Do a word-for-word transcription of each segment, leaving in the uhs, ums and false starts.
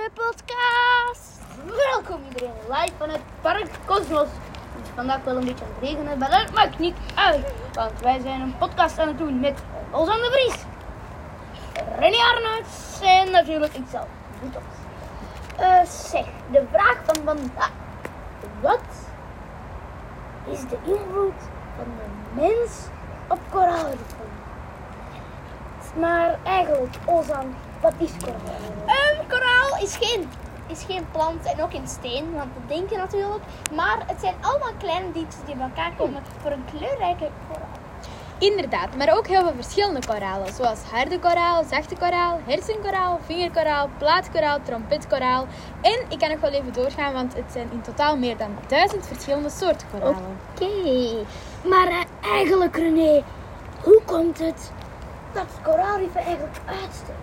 Ze podcast. Welkom iedereen live van het Park Cosmos. Het is vandaag wel een beetje aan het regenen, maar dat maakt niet uit. Want wij zijn een podcast aan het doen met Ozan de Vries, René Arnouds en natuurlijk ikzelf. Uh, zeg, de vraag van vandaag. Wat is de invloed van de mens op koraalriffen? Maar eigenlijk, Ozan, wat is koraal? Um, koraal is geen, is geen plant en ook geen steen, want we denken natuurlijk. Maar het zijn allemaal kleine diertjes die bij elkaar komen voor een kleurrijke koraal. Inderdaad, maar ook heel veel verschillende koralen, zoals harde koraal, zachte koraal, hersenkoraal, vingerkoraal, plaatkoraal, trompetkoraal. En ik kan nog wel even doorgaan, want het zijn in totaal meer dan duizend verschillende soorten koralen. Oké, okay. maar uh, eigenlijk René, hoe komt het dat koraalriffen eigenlijk uitsterven?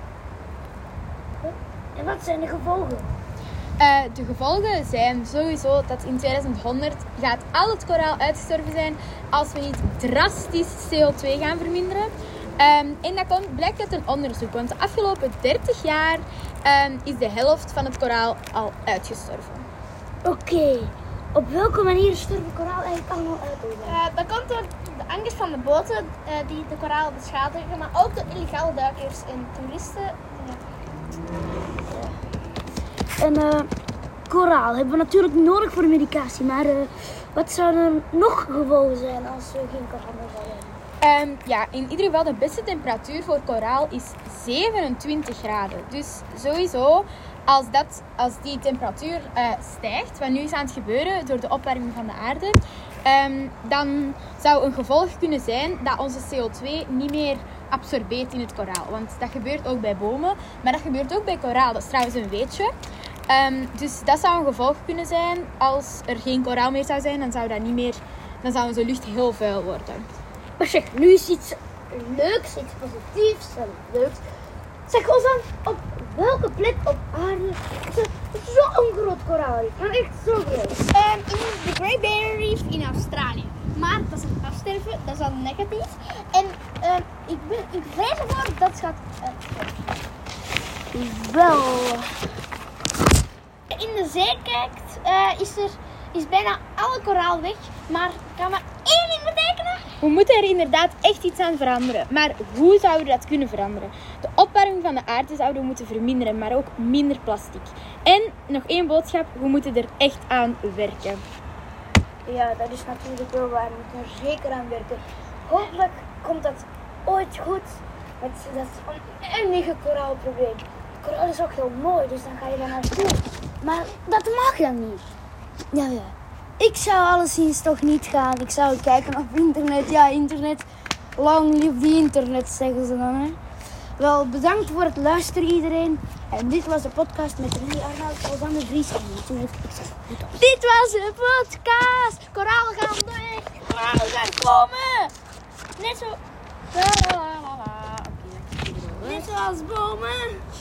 En wat zijn de gevolgen? Uh, de gevolgen zijn sowieso dat in tweeduizend honderd gaat al het koraal uitgestorven zijn als we niet drastisch C O twee gaan verminderen. Um, en dat komt, blijkt uit een onderzoek, want de afgelopen dertig jaar um, is de helft van het koraal al uitgestorven. Oké, okay. Op welke manier sterven koraal eigenlijk allemaal uit? Uh, dat komt door de angst van de boten uh, die de koraal beschadigen, maar ook de illegale duikers en toeristen. Ja. En uh, koraal hebben we natuurlijk nodig voor medicatie, maar uh, wat zouden er nog gevolgen zijn als we geen koraal meer zouden hebben? Um, ja, in ieder geval de beste temperatuur voor koraal is zevenentwintig graden. Dus sowieso, als, dat, als die temperatuur uh, stijgt, wat nu is aan het gebeuren door de opwarming van de aarde, um, dan zou een gevolg kunnen zijn dat onze C O twee niet meer absorbeert in het koraal. Want dat gebeurt ook bij bomen, maar dat gebeurt ook bij koraal. Dat is trouwens een weetje. Um, dus dat zou een gevolg kunnen zijn. Als er geen koraal meer zou zijn, dan zou dat niet meer, dan zou onze lucht heel vuil worden. Maar zeg, nu is iets leuks, iets positiefs en leuks. Zeg Ozan, op welke plek op aarde is zo'n groot koraalrif? Maar echt zo groot. Um, in de Great Barrier Reef in Australië. Maar dat is een afsterven, dat is al negatief. En uh, ik, ben, ik vrees ervoor dat het gaat uitsterven. Wel. In de zee kijkt, uh, is er is bijna alle koraal weg. Maar kan maar één ding betekenen? We moeten er inderdaad echt iets aan veranderen. Maar hoe zouden we dat kunnen veranderen? De opwarming van de aarde zouden we moeten verminderen, maar ook minder plastic. En nog één boodschap, we moeten er echt aan werken. Ja, dat is natuurlijk wel waar. We moeten er zeker aan werken. Hopelijk komt dat ooit goed met dat oneindige koraalprobleem. Koraal is ook heel mooi, dus dan ga je daar naartoe. Maar dat mag dan niet. Ja, ja. Ik zou alleszins toch niet gaan. Ik zou kijken op internet. Ja, internet. Long live the internet, zeggen ze dan, hè. Wel, bedankt voor het luisteren iedereen. En dit was de podcast met René Arnouds, Ozan de Vries en natuurlijk ik zeg goed op. Dit was de podcast. Koralen gaan weg. Koralen gaan komen. Net zo... Okay, Net zoals bomen.